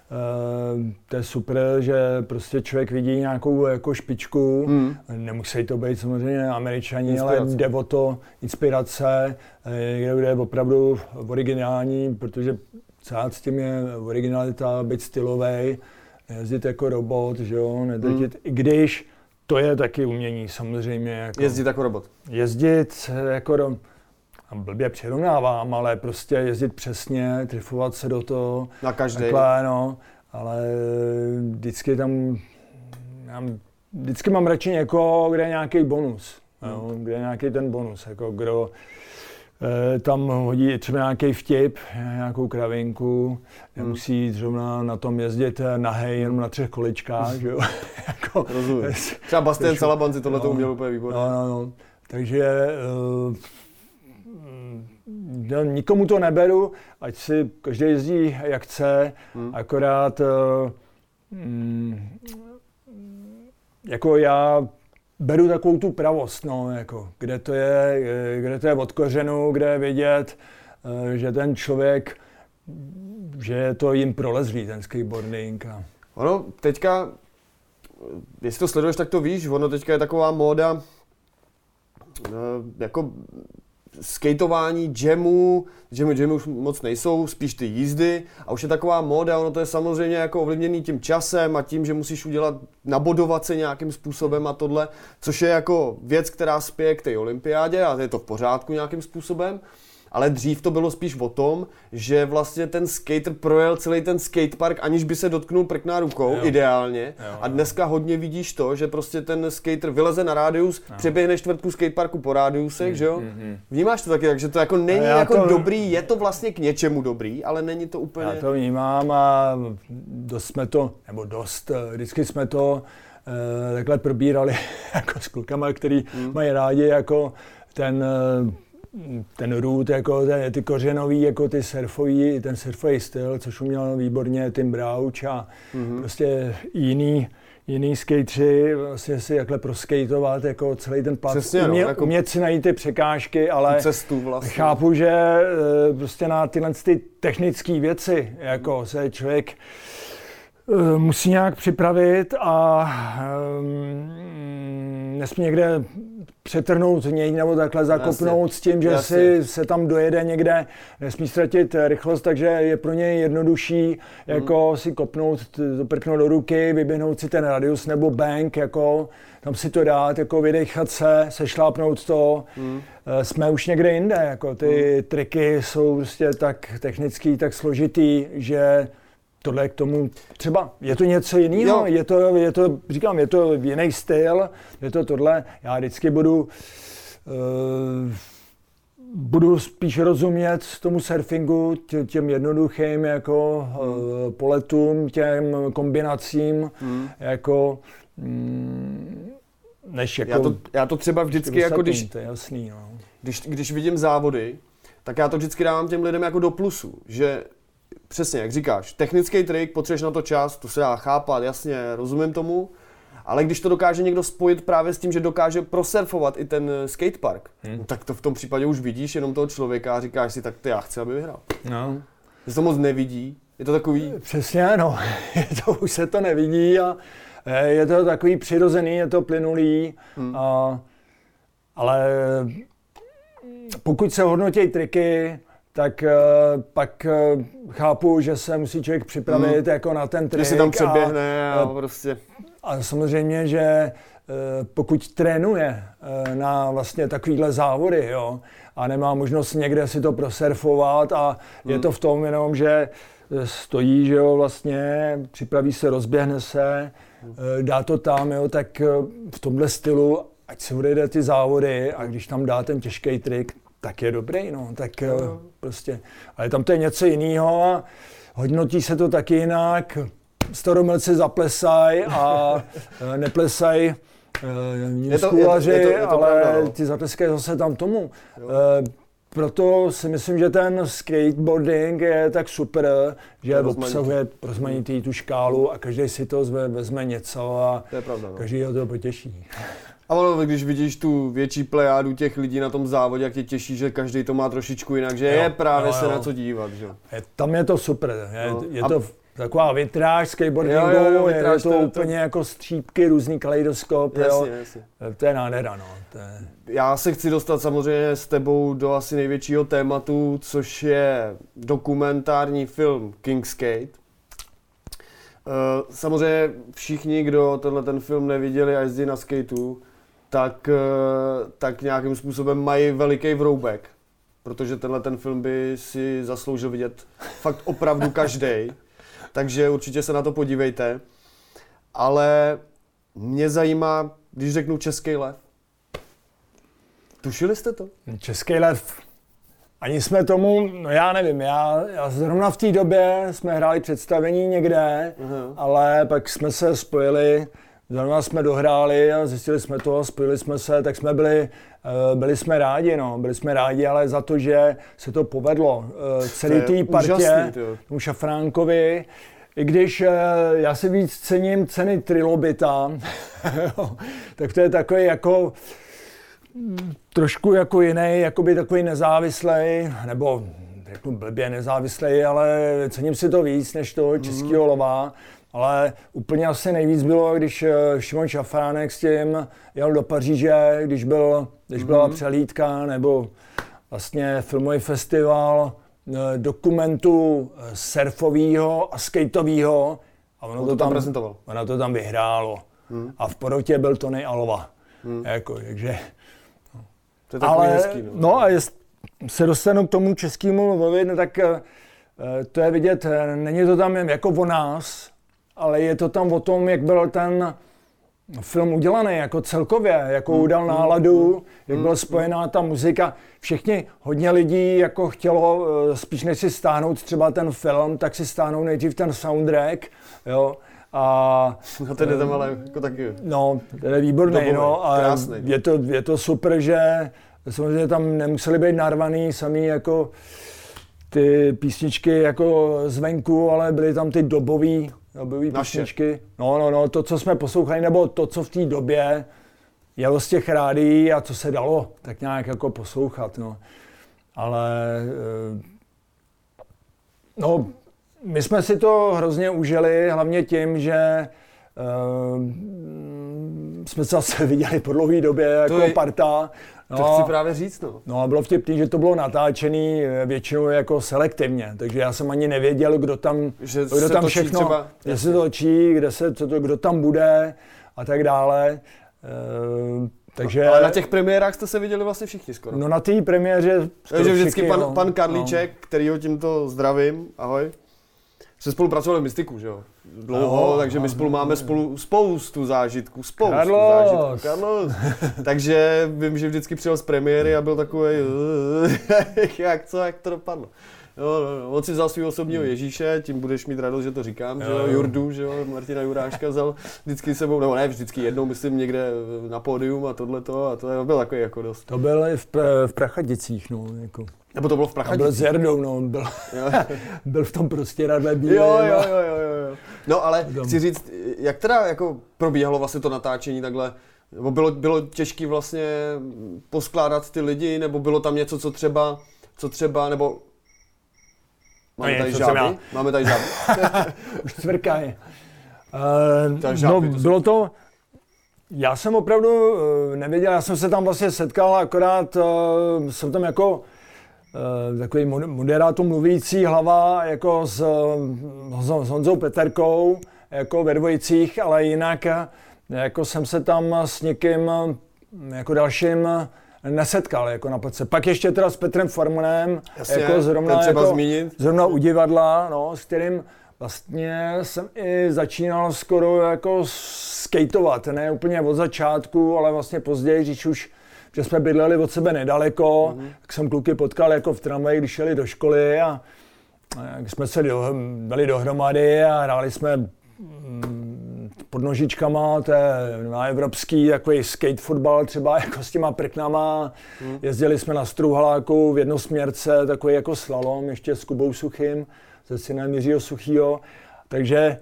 to je super, že prostě člověk vidí nějakou jako špičku, hmm. nemusí to být samozřejmě Američani, inspirace. Ale jde o to inspirace, kde, kde je opravdu originální, protože celá s tím je originalita, být stylovej, jezdit jako robot, že jo, nedrtit, hmm. i když to je taky umění samozřejmě. Jako jezdit jako robot. Jezdit jako robot. Blbě přirovnávám, ale prostě jezdit přesně, trifovat se do toho. Na každý. Takhle, no, ale vždycky tam, já vždycky mám radši někoho, kde je nějaký bonus, hmm. jo, kde je nějaký ten bonus, jako kdo eh, tam hodí třeba nějaký vtip, nějakou kravinku, nemusí hmm. zrovna na tom jezdit nahej, jenom na třech količkách, jo. jako, rozumím. Třeba Bastian Salaban si tohle to no, uměl úplně výborně. No, no, no. Takže eh, No, nikomu to neberu, ať si každý jezdí jak chce, hmm. akorát uh, mm, jako já beru takovou tu pravost, no, jako, kde to je, kde to je od kořenu, kde je vidět, uh, že ten člověk, že je to jim prolezlý, ten skateboarding. A... Ono teďka, jestli to sleduješ, tak to víš, ono teďka je taková móda, uh, jako skateování, jamu, jamu, jamu už moc nejsou, spíš ty jízdy a už je taková móda, ono to je samozřejmě jako ovlivněný tím časem a tím, že musíš udělat, nabodovat se nějakým způsobem a tohle, což je jako věc, která spěje k té olympiádě a je to v pořádku nějakým způsobem. Ale dřív to bylo spíš o tom, že vlastně ten skater projel celý ten skatepark, aniž by se dotknul prkna rukou, jo. ideálně. Jo, jo. A dneska hodně vidíš to, že prostě ten skater vyleze na rádius, jo. přeběhne čtvrtku skateparku po rádiusech, mm, že jo? Mm, Vnímáš to taky, takže to jako není jako to... dobrý, je to vlastně k něčemu dobrý, ale není to úplně... Já to vnímám a dost jsme to, nebo dost, vždycky jsme to uh, takhle probírali jako s klukama, který mm. mají rádi jako ten... Uh, ten root, jako ten, ty kořenový, jako ty surfový, ten surfový styl, což uměl výborně Tim Brouch a mm-hmm. prostě jiný, jiný skateři, vlastně si takhle proskejtovat, jako celý ten plac, Přesně, umě, no, jako umět si najít ty překážky, ale cestu vlastně. Chápu, že prostě na tyhle ty technické věci, jako se člověk musí nějak připravit a um, nesmí někde přetrhnout něj nebo takhle zakopnout jasně, s tím, že jasně. si se tam dojede někde, nesmí ztratit rychlost, takže je pro něj jednodušší jako hmm. si kopnout, prknout do ruky, vyběhnout si ten radius nebo bank, jako tam si to dát, jako vydechat se, sešlápnout to. Hmm. Jsme už někde jinde, jako ty hmm. triky jsou prostě tak technický, tak složitý, že tohle k tomu třeba, je to něco jiného, je to, je to, říkám, je to jiný styl, je to tohle, já vždycky budu uh, budu spíš rozumět tomu surfingu, tě, těm jednoduchým jako hmm. poletům, těm kombinacím, hmm. jako mm, než jako... Já to, já to třeba vždycky jako když, to je jasný, no. když, když vidím závody, tak já to vždycky dávám těm lidem jako do plusu, že přesně, jak říkáš, technický trik, potřebuješ na to čas, to se dá chápat, jasně, rozumím tomu, ale když to dokáže někdo spojit právě s tím, že dokáže prosurfovat i ten skatepark, hmm. tak to v tom případě už vidíš jenom toho člověka a říkáš si, tak ty já chci, aby vyhrál. No. Že to moc nevidí, je to takový... Přesně, no, to už se to nevidí a je to takový přirozený, je to plynulý, hmm. a, ale pokud se hodnotí triky, tak uh, pak uh, chápu, že se musí člověk připravit hmm. jako na ten trik. Že si tam přeběhne a, a prostě... A samozřejmě, že uh, pokud trénuje uh, na vlastně takovýhle závody, jo, a nemá možnost někde si to prosurfovat a hmm. je to v tom jenom, že stojí, že jo, vlastně, připraví se, rozběhne se, hmm. uh, dá to tam, jo, tak uh, v tomhle stylu, ať se odejde ty závody a když tam dá ten těžký trik, tak je dobrý, no, tak no. prostě, ale tam to je něco jiného a hodnotí se to taky jinak, staromilci zaplesaj a neplesaj nízkulaři, ale pravda, no. ty zatleskají zase tam tomu. Jo. Proto si myslím, že ten skateboarding je tak super, že obsahuje rozmanitý tu škálu a každý si to vezme něco a to je pravda, no. každý ho to potěší. A ono, když vidíš tu větší plejádu těch lidí na tom závodě, jak tě těší, že každý to má trošičku jinak, že jo, je právě jo, se jo. na co dívat, že? Je, tam je to super, je, no. je to a... taková vitráž skateboardingu, jo, jo, jo, vitráž, je to, to úplně to... jako střípky, různý kaleidoskop, jasně, jo. Jasně. To je nádhera, no. To je... Já se chci dostat samozřejmě s tebou do asi největšího tématu, což je dokumentární film King Skate. Samozřejmě všichni, kdo tenhle ten film neviděli a jezdí na skateu, tak, tak nějakým způsobem mají veliký vroubek, protože tenhle ten film by si zasloužil vidět fakt opravdu každej, takže určitě se na to podívejte. Ale mě zajímá, když řeknu Český lev. Tušili jste to? Český lev. Ani jsme tomu, no já nevím, já, já zrovna v té době jsme hráli představení někde, uh-huh. ale pak jsme se spojili, zrovna jsme dohráli a zjistili jsme to, spojili jsme se, tak jsme byli, byli jsme rádi, no, byli jsme rádi, ale za to, že se to povedlo celý té partě, tomu Šafránkovi, i když já si víc cením ceny Trilobita, tak to je takový jako trošku jako jiný, jakoby takový nezávislej, nebo řeknu blbě nezávislej, ale cením si to víc než toho českého lova. Ale úplně asi nejvíc bylo, když Šimon Šafránek s tím jel do Paříže, když, byl, když byla mm-hmm. přehlídka, nebo vlastně filmový festival dokumentu surfového a skateového. A ono On to, to tam tam prezentoval. Ono to tam vyhrálo. Mm. A v porotě byl Tony Alva. Mm. Jako, takže... To je takový ale, hezký, no. no a jest, se dostanu k tomu českému lovovi, no tak to je vidět, není to tam jen jako o nás, ale je to tam o tom, jak byl ten film udělaný, jako celkově, jakou mm, udal náladu, mm, jak byla spojená ta muzika. Všichni, hodně lidí jako chtělo, spíš než si stáhnout třeba ten film, tak si stáhnou nejdřív ten soundtrack, jo. A, no ten je tam ale jako taky... No, ten je výborný, dobový, no, a krásný. Je to, je to super, že samozřejmě tam nemuseli být narvaný samý jako ty písničky jako zvenku, ale byly tam ty dobový, dobový písničky. No, no, no, to, co jsme poslouchali, nebo to, co v té době jelo z těch rádií a co se dalo tak nějak jako poslouchat, no. Ale, no, my jsme si to hrozně užili, hlavně tím, že uh, jsme se zase viděli po dlouhé době jako je, parta. No, to chci právě říct, no. No a bylo vtipný, že to bylo natáčený většinou jako selektivně, takže já jsem ani nevěděl, kdo tam, že kdo tam všechno, třeba, kde se to točí, kde se, co to, kdo tam bude a tak dále. Uh, takže... No, ale na těch premiérách jste se viděli vlastně všichni skoro. No na té premiéře skoro takže vždycky všichni, pan, no. pan Karlíček, no. kterýho tímto zdravím, ahoj, se spolupracovali v Mystiku, že jo? Dlouho, no, takže my spolu máme spolu spoustu zážitků, spoustu Carlos. zážitků. Carlos. Takže vím, že vždycky přijel z premiéry a byl takový, jak co, jak to dopadlo. No, no, no. On si vzal svého osobního Ježíše, tím budeš mít radost, že to říkám, jo, že jo, Jurdu, že jo, Martina Juráška vzal vždycky sebou, nebo ne, vždycky jednou, myslím, někde na pódium a tohleto, a to byl takový jako dost. To byl v, v Prachaticích, no, jako. Nebo to bylo v Prachaticích? Byl s Jardou, no, on byl, byl v tom prostě radle bílý. Jo, jo, jo, jo, jo. No ale chci říct, jak teda jako probíhalo vlastně to natáčení takhle, nebo bylo, bylo těžké vlastně poskládat ty lidi, nebo bylo tam něco, co třeba, co třeba, nebo máme tady žáby? Máme tady žáby. Už cvrkají. Uh, no, bylo to, já jsem opravdu uh, nevěděl, já jsem se tam vlastně setkal, akorát uh, jsem tam jako uh, takový moderátor mluvící hlava jako s, s Honzou Peterkou, jako ve dvojicích, ale jinak jako jsem se tam s někým jako dalším nesetkal jako na podce. Pak ještě teda s Petrem Farmanem, Jasně, jako zrovna, jako, zmínit. zrovna u divadla, no, s kterým vlastně jsem i začínal skoro jako skateovat, ne úplně od začátku, ale vlastně později, když už, že jsme bydleli od sebe nedaleko, mm-hmm. tak jsem kluky potkal jako v tramvaji, když šeli do školy a, a jsme se do, dali dohromady a hráli jsme mm, pod nožičkama, to je na evropský takový skate fotbal třeba jako s těma prknama. Mm. Jezdili jsme na Strouhaláku v jednosměrce, takový jako slalom, ještě s Kubou Suchým, se synem Jiřího Suchýho. Takže e,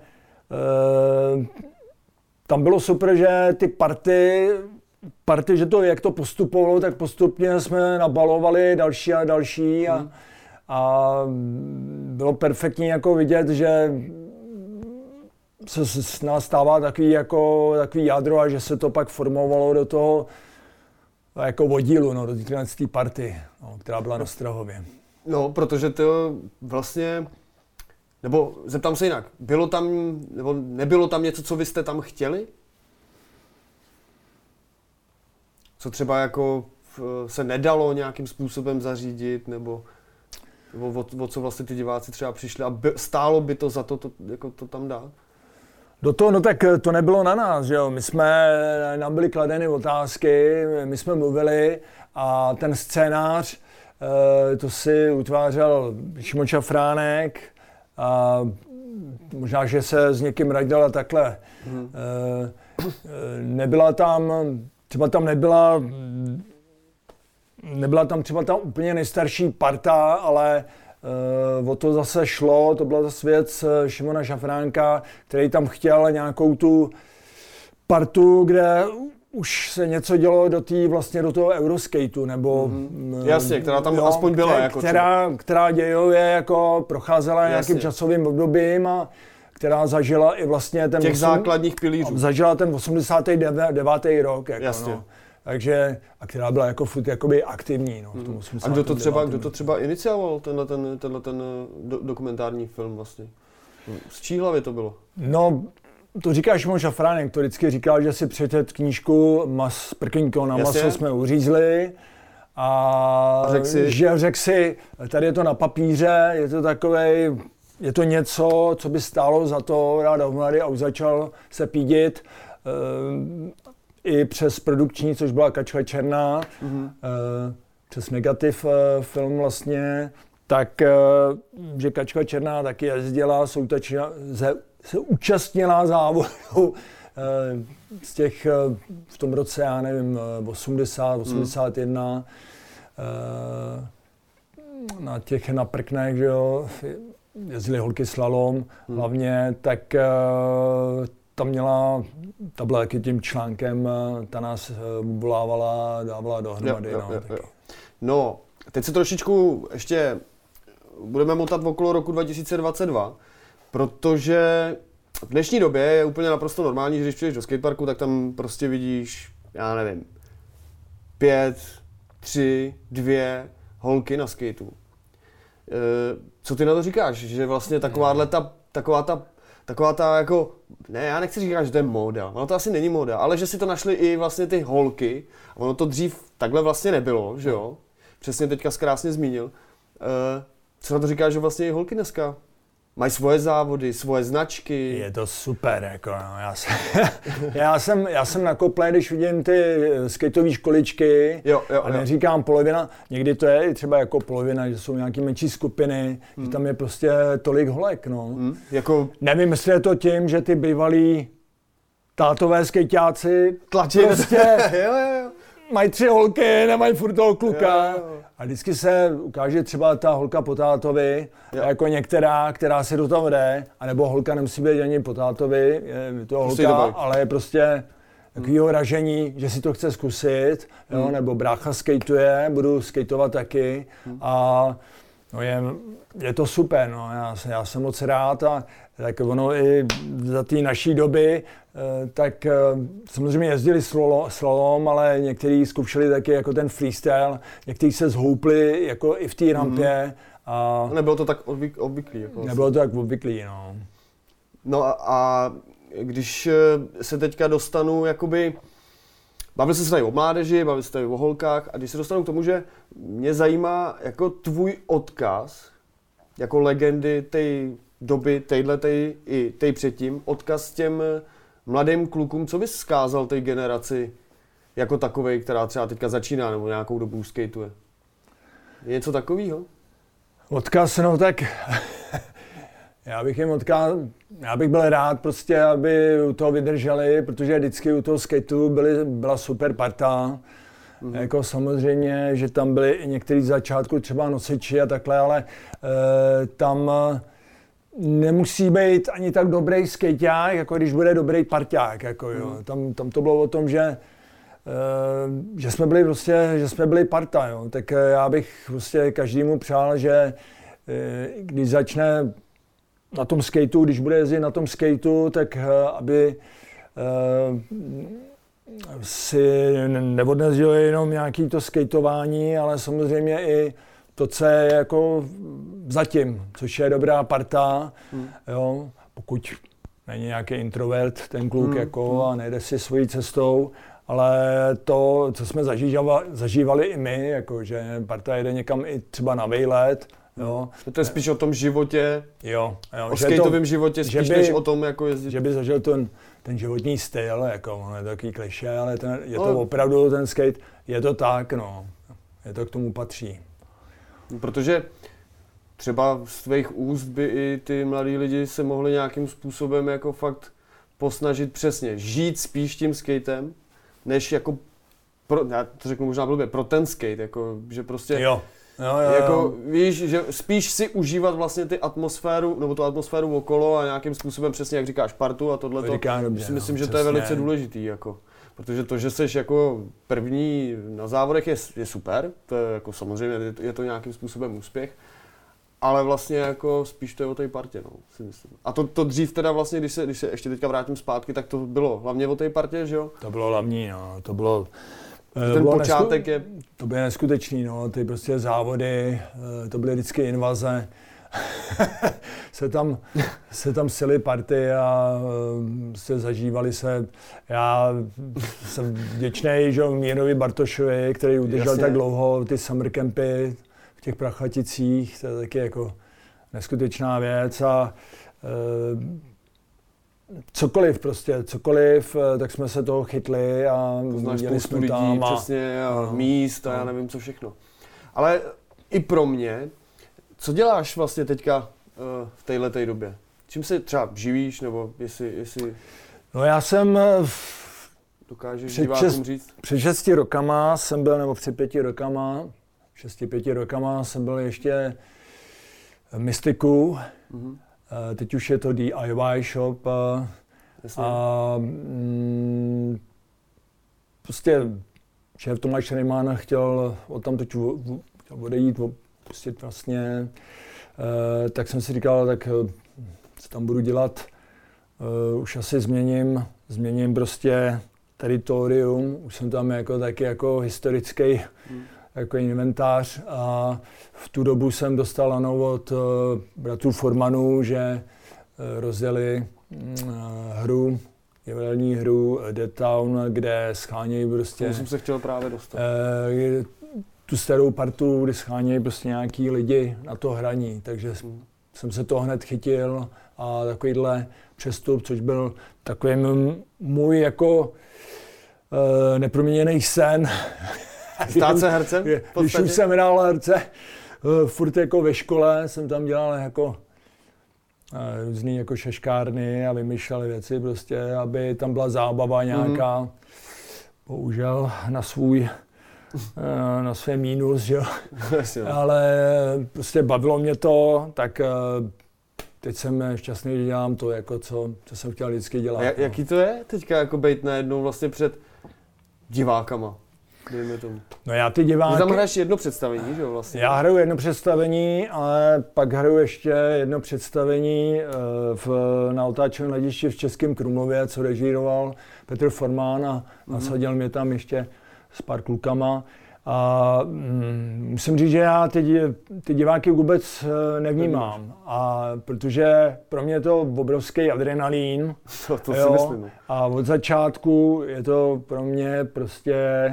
tam bylo super, že ty party, party, že to, jak to postupovalo, tak postupně jsme nabalovali další a další a, mm. a bylo perfektní jako vidět, že se z nás stává takový, jako, takový jádro a že se to pak formovalo do toho jako oddílu, no, do té party, no, která byla na Strahově. No, protože to vlastně, nebo zeptám se jinak, bylo tam, nebo nebylo tam něco, co vy jste tam chtěli? Co třeba jako se nedalo nějakým způsobem zařídit, nebo, nebo o, o co vlastně ty diváci třeba přišli a by, stálo by to za to, to, jako to tam dát? Do toho, no tak to nebylo na nás, že jo, my jsme, nám byly kladeny otázky, my jsme mluvili a ten scénář, to si utvářel Šimon Šafránek a možná, že se s někým radil a takhle. Hmm. Nebyla tam, třeba tam nebyla, nebyla tam třeba tam úplně nejstarší parta, ale Uh, o to zase šlo, to byla zase věc Šimona Šafránka, který tam chtěl nějakou tu partu, kde už se něco dělo do tý, vlastně do toho Euroskateu, nebo... Mm-hmm. Jasně, která tam jo, aspoň byla. Která, jako která, která dějově jako procházela Jasně. nějakým časovým obdobím a která zažila i vlastně ten... Těch osm, základních pilířů. Zažila ten osmdesátý devátý rok. Jako, Jasně. No. Takže, a která byla jako furt jakoby aktivní. No, mm. A kdo to třeba, kdo to třeba inicioval, tenhle ten, tenhle ten do, dokumentární film vlastně? Z čí hlavy to bylo? No, to říká Šimon Šafránek, to vždycky říkal, že si přečet knížku Mas, Prkýnko na Jasně. maso jsme uřízli. A, a řek si, že řekl si, tady je to na papíře, je to takovej, je to něco, co by stálo za to dát dohromady a už začal se pídit. I přes produkční, což byla Kačka černá, mm-hmm. e, přes negativ e, film vlastně, tak e, že Kačka černá taky jezdila, soutačila, se, se účastnila závodu e, z těch e, v tom roce, já nevím, osmdesát, osmdesát jedna, mm. e, na těch na prknech, že jo, jezdili holky slalom mm. hlavně, tak e, ta měla, ta byla taky tím článkem, ta nás volávala, dávala dohromady. Jo, jo, no, jo, jo. no, teď se trošičku ještě budeme motat okolo roku dva tisíce dvacet dva, protože v dnešní době je úplně naprosto normální, že když přijdeš do skateparku, tak tam prostě vidíš, já nevím, pět, tři, dvě holky na skateu. E, co ty na to říkáš, že vlastně takováhle ta, taková ta Taková ta jako, ne, já nechci říkat, že to je móda, ono to asi není móda, ale že si to našly i vlastně ty holky, ono to dřív takhle vlastně nebylo, že jo? Přesně teďka krásně zmínil. E, co na to říkáš, že vlastně i holky dneska mají svoje závody, svoje značky. Je to super, jako no. já, jsem, já, jsem, já jsem nakoplý, když vidím ty skateové školičky, jo, jo, a neříkám polovina, někdy to je třeba jako polovina, že jsou nějaké menší skupiny, hmm. že tam je prostě tolik holek, no. Hmm. Jako... Nevím, jestli je to tím, že ty bývalí tátové skejťáci tlačí prostě jo, jo, jo. mají tři holky, nemají furt toho kluka. Jo, jo. A vždycky se ukáže třeba ta holka po tátovi, jako některá, která si do toho jde, anebo holka nemusí být ani po tátovi, je to holka, ale je prostě takovýho hmm. ražení, že si to chce zkusit, jo, hmm. nebo brácha skateuje, budu skateovat taky hmm. a no je, je to super, no, já, já jsem moc rád a tak ono i za té naší doby, tak samozřejmě jezdili slalom, ale někteří zkoušeli taky jako ten freestyle, někteří se zhoupli jako i v té rampě. Mm. A nebylo to tak obvyklý. Jako nebylo to tak obvyklý, no. No a, a když se teďka dostanu, jakoby, bavil jsi se tady o mládeži, bavil jsi se tady o holkách a když se dostanu k tomu, že mě zajímá jako tvůj odkaz, jako legendy té doby, téhletej i tej předtím, odkaz těm mladým klukům, co bys vzkázal té generaci jako takovej, která třeba teďka začíná nebo nějakou dobu skateuje? Je něco takového? Odkaz, no tak já bych jim odkaz, já bych byl rád prostě, aby u toho vydrželi, protože vždycky u toho skateu byly, byla super parta. Mm-hmm. Jako samozřejmě, že tam byli i některý z začátku třeba nosiči a takhle, ale e, tam nemusí být ani tak dobrý skejťák, jako když bude dobrý parťák, jako jo. Mm. Tam, tam to bylo o tom, že, uh, že jsme byli prostě, že jsme byli parta, jo. Tak já bych prostě každému přál, že uh, když začne na tom skateu, když bude jezdit na tom skateu, tak uh, aby uh, si neodnesli jenom nějaký to skateování, ale samozřejmě i to, co je jako zatím, což je dobrá parta, hmm. jo, pokud není nějaký introvert ten kluk hmm. jako a nejde si svojí cestou, ale to, co jsme zažívali, zažívali i my, jako, že parta jede někam i třeba na výlet, jo. To je spíš o tom životě, jo, jo, o skateovém životě, spíš by, než o tom, jako jezdit. Že by zažil ten, ten životní styl, jako, je to takový klišé, ale ten, je to no. opravdu ten skate, je to tak, no, je to k tomu patří. Protože třeba z tvých úst by i ty mladí lidi se mohli nějakým způsobem jako fakt posnažit přesně žít spíš tím skatem, než jako, pro, já to řeknu možná blbě, pro ten skate, jako, že prostě, jo. Jo, jo, jako jo. víš, že spíš si užívat vlastně ty atmosféru, nebo tu atmosféru okolo a nějakým způsobem přesně, jak říkáš, partu a tohleto, dobře, si myslím, no, že přesně. to je velice důležitý, jako. Protože to, že jsi jako první na závodech je, je super, to je jako samozřejmě, je to nějakým způsobem úspěch, ale vlastně jako spíš to je o té partě, no, si myslím. A to, to dřív teda vlastně, když se, když se ještě teďka vrátím zpátky, tak to bylo hlavně o té partě, že jo? To bylo hlavní, no, to bylo... Ten bylo počátek nesku... je... To bylo neskutečný, no, ty prostě závody, to byly vždycky invaze. se tam, se tam sily party a se zažívali se. Já jsem vděčný, že Mírovi Bartošovi, který udržel Jasně. tak dlouho ty summer campy v těch Prachaticích, to je taky jako neskutečná věc a e, cokoliv prostě, cokoliv, tak jsme se toho chytli a viděli jsme lidí, tam a, přesně, a no, míst a no. já nevím co všechno. Ale i pro mě, co děláš vlastně teďka uh, v téhleté době? Čím se třeba živíš, nebo jestli... jestli no já jsem... Dokážeš divákům říct? Před šesti rokama jsem byl, nebo před pěti rokama, šesti, pěti rokama jsem byl ještě v Mystiku. Mm-hmm. Teď už je to D I Y shop. A, a mm, prostě šéf Tomáš Rejman chtěl odtamtud odejít, opustit vlastně, e, tak jsem si říkal, tak co tam budu dělat, e, už asi změním, změním prostě teritorium, už jsem tam jako taky jako historický hmm. jako inventář a v tu dobu jsem dostal lanou od uh, bratrů Formanů, že uh, rozjeli uh, hru, divadelní hru Dead Town, kde schánějí prostě... To jsem se chtěl právě dostat. Uh, tu starou partu, kdy schánějí prostě nějaký lidi na to hraní, takže hmm. jsem se toho hned chytil a takovýhle přestup, což byl takový můj jako uh, neproměněný sen. Stát se hercem? Když už jsem hrál herce, uh, furt jako ve škole jsem tam dělal jako uh, různý jako šaškárny a vymýšleli věci prostě, aby tam byla zábava nějaká. Mm. Bohužel na svůj na své mínus, jo. Ale prostě bavilo mě to, tak teď jsem šťastný, že dělám to, jako co, co jsem chtěl vždycky dělat. A jaký to je teďka jako bejt najednou vlastně před divákama? Dejme tomu. No já ty diváky... Ty tam hraješ jedno představení, že jo vlastně? Já hraju jedno představení, ale pak hraju ještě jedno představení v, na otáčivém hledišti v Českém Krumlově, co režíroval Petr Formán a mm-hmm. nasadil mě tam ještě s pár klukama. A mm, musím říct, že já ty, ty diváky vůbec nevnímám. A protože pro mě je to obrovský adrenalín. To, to si myslím. A od začátku je to pro mě prostě...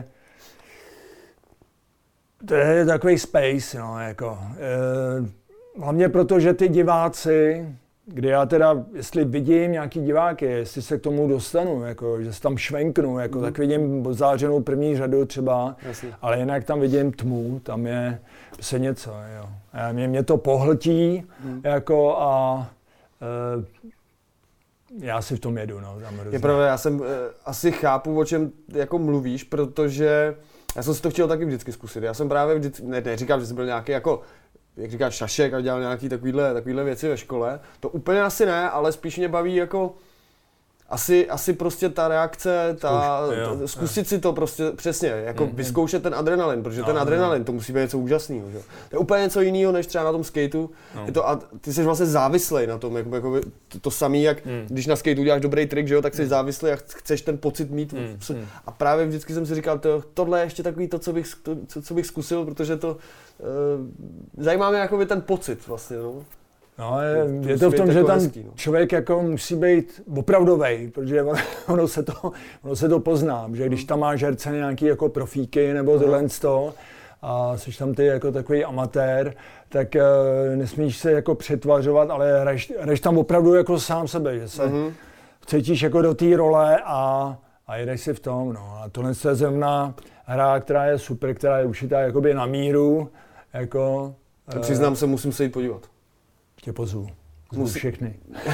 To je takový space, no, jako. E, hlavně proto, že ty diváci, kde já teda, jestli vidím nějaký diváky, jestli se k tomu dostanu, jako, že se tam švenknu, jako, mm. tak vidím zářenou první řadu třeba, Jasně. ale jinak tam vidím tmu, tam je prostě něco, jo. A mě, mě to pohltí, mm. jako, a e, já si v tom jedu, no. Tam je pravda, já jsem e, asi chápu, o čem jako mluvíš, protože já jsem si to chtěl taky vždycky zkusit. Já jsem právě vždycky, ne, neříkám, že jsem byl nějaký jako, jak říkáš, šašek a dělal nějaký takovýhle, takovýhle věci ve škole. To úplně asi ne, ale spíš mě baví jako asi, asi prostě ta reakce, ta, Zkouš, jo, ta, zkusit jo. si to prostě přesně, jako mm, vyzkoušet ten adrenalin, protože no, ten adrenalin, no. to musí být něco úžasného. Že? To je úplně něco jiného, než třeba na tom skateu. No. Je to, a ty jsi vlastně závislej na tom, jako, jako to, to samé, jak mm. když na skateu děláš dobrý trik, že jo, tak jsi mm. závislej a chceš ten pocit mít. Mm. A právě vždycky jsem si říkal, to, tohle je ještě takový to, co bych, to, co, co bych zkusil, protože to uh, zajímá mě jakoby ten pocit vlastně. No. No, je, je to v tom, že tam hezký, no. člověk jako musí být opravdovej, protože ono se to, ono se to pozná, že když tam máš herce nějaký jako profíky nebo tohle z toho a jsi tam ty jako takový amatér, tak uh, nesmíš se jako přetvařovat, ale hraješ, hraješ tam opravdu jako sám sebe, že se mm-hmm. cítíš jako do té role a, a jedeš si v tom. No. A tohle je zrovna hra, která je super, která je ušitá jakoby na míru. Jako, uh, přiznám se, musím se jít podívat. Tě pozvu. Zvu všechny.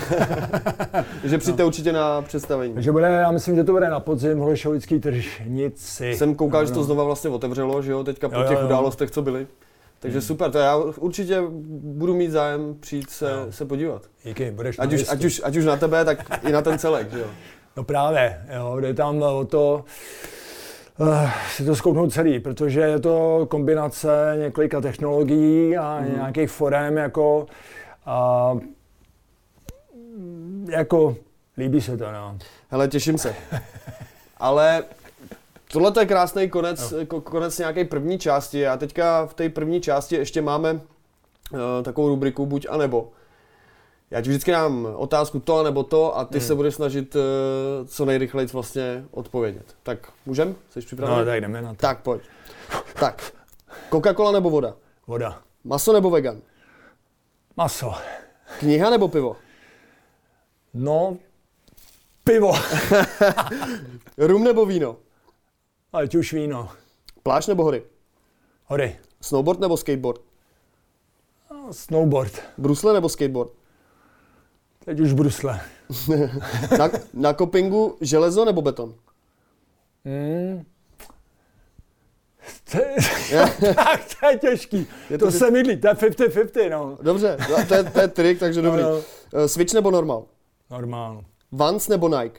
Takže přijďte no. určitě na představení. Takže bude, já myslím, že to bude na podzim v Holešovický tržnici. Jsem koukal, no, že to znova vlastně otevřelo, že jo, teďka po jo, těch jo, událostech, co byly. Takže hmm. super, to já určitě budu mít zájem přijít se, no. se podívat. Díky, budeš ať už, ať, už, ať už na tebe, tak i na ten celek, že jo. No právě, jo, jde tam o to, Uh, si to zkouknout celý, protože je to kombinace několika technologií a mm. nějakých forem, jako, a, jako líbí se to, no. Hele, těším se. Ale tohle je krásný konec, no. konec nějaké první části a teďka v té první části ještě máme uh, takovou rubriku buď a nebo. Já ti vždycky dám otázku to nebo to a ty hmm. se budeš snažit uh, co nejrychleji vlastně odpovědět. Tak můžem? Jsi připravený? No tak jdeme na to. Tak pojď. Tak, Coca-Cola nebo voda? Voda. Maso nebo vegan? Maso. Kniha nebo pivo? No, pivo. Rum nebo víno? Ať už víno. Pláž nebo hory? Hory. Snowboard nebo skateboard? No, snowboard. Brusle nebo skateboard? Teď už brusle. na, na kopingu železo nebo beton? Hmm. To je, tak, to je těžký. Je to to se mydlí, to je padesát na padesát, no. Dobře, to je, to je trik, takže dobrý. No, no. Switch nebo normal? Normal. Vans nebo Nike?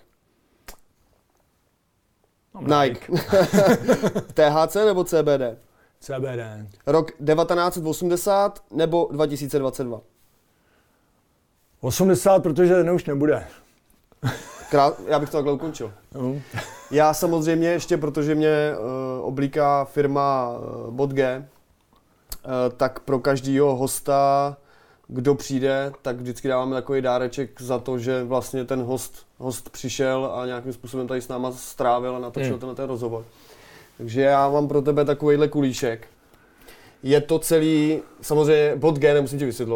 No, Nike. Nike. T H C nebo C B D? C B D. Rok devatenáct set osmdesát nebo dva tisíce dvacet dva? osmdesát, protože ten už nebude. Krát, já bych to takhle ukončil. Uh. Já samozřejmě ještě, protože mě uh, oblíká firma uh, BotG, uh, tak pro každýho hosta, kdo přijde, tak vždycky dáváme takový dáreček za to, že vlastně ten host, host přišel a nějakým způsobem tady s náma strávil a natočil hmm. ten, ten rozhovor. Takže já mám pro tebe takovejhle kulíšek. Je to celý, samozřejmě BotG, nemusím ti vysvětlovat.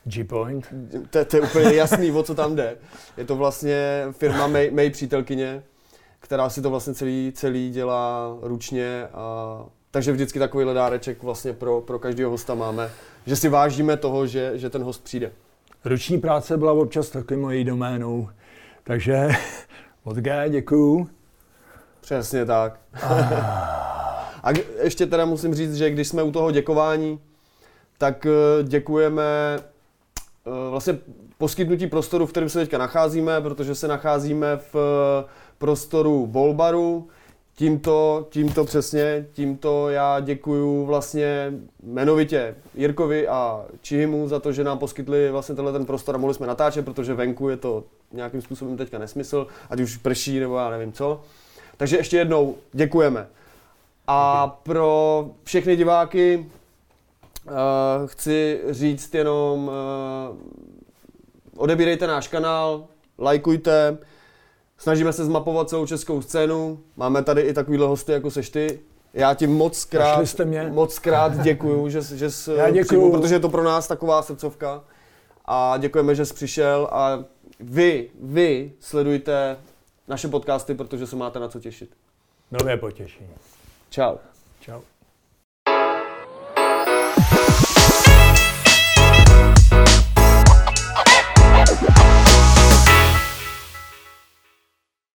G-Point. To, to je úplně jasný, o co tam jde. Je to vlastně firma mé, mé přítelkyně, která si to vlastně celý, celý dělá ručně. A, takže vždycky takovýhle dáreček vlastně pro, pro každého hosta máme, že si vážíme toho, že, že ten host přijde. Ruční práce byla občas taky mojí doménou, takže od G, děkuju. Přesně tak. A ještě teda musím říct, že když jsme u toho děkování, tak děkujeme vlastně poskytnutí prostoru, v kterém se teďka nacházíme, protože se nacházíme v prostoru Bolbaru. Tímto, tímto přesně, tímto já děkuju vlastně jmenovitě Jirkovi a Čihimu za to, že nám poskytli vlastně tenhle ten prostor a mohli jsme natáčet, protože venku je to nějakým způsobem teďka nesmysl, ať už prší nebo já nevím co. Takže ještě jednou děkujeme. A pro všechny diváky uh, chci říct jenom, uh, odebírejte náš kanál, lajkujte, snažíme se zmapovat celou českou scénu, máme tady i takovýhle hosty, jako seš ty. Já ti moc krát, moc krát děkuju, že, že jsi přijel, protože je to pro nás taková srdcovka. A děkujeme, že jsi přišel a vy, vy sledujte naše podcasty, protože se máte na co těšit. Nové potěšení. Čau. Čau.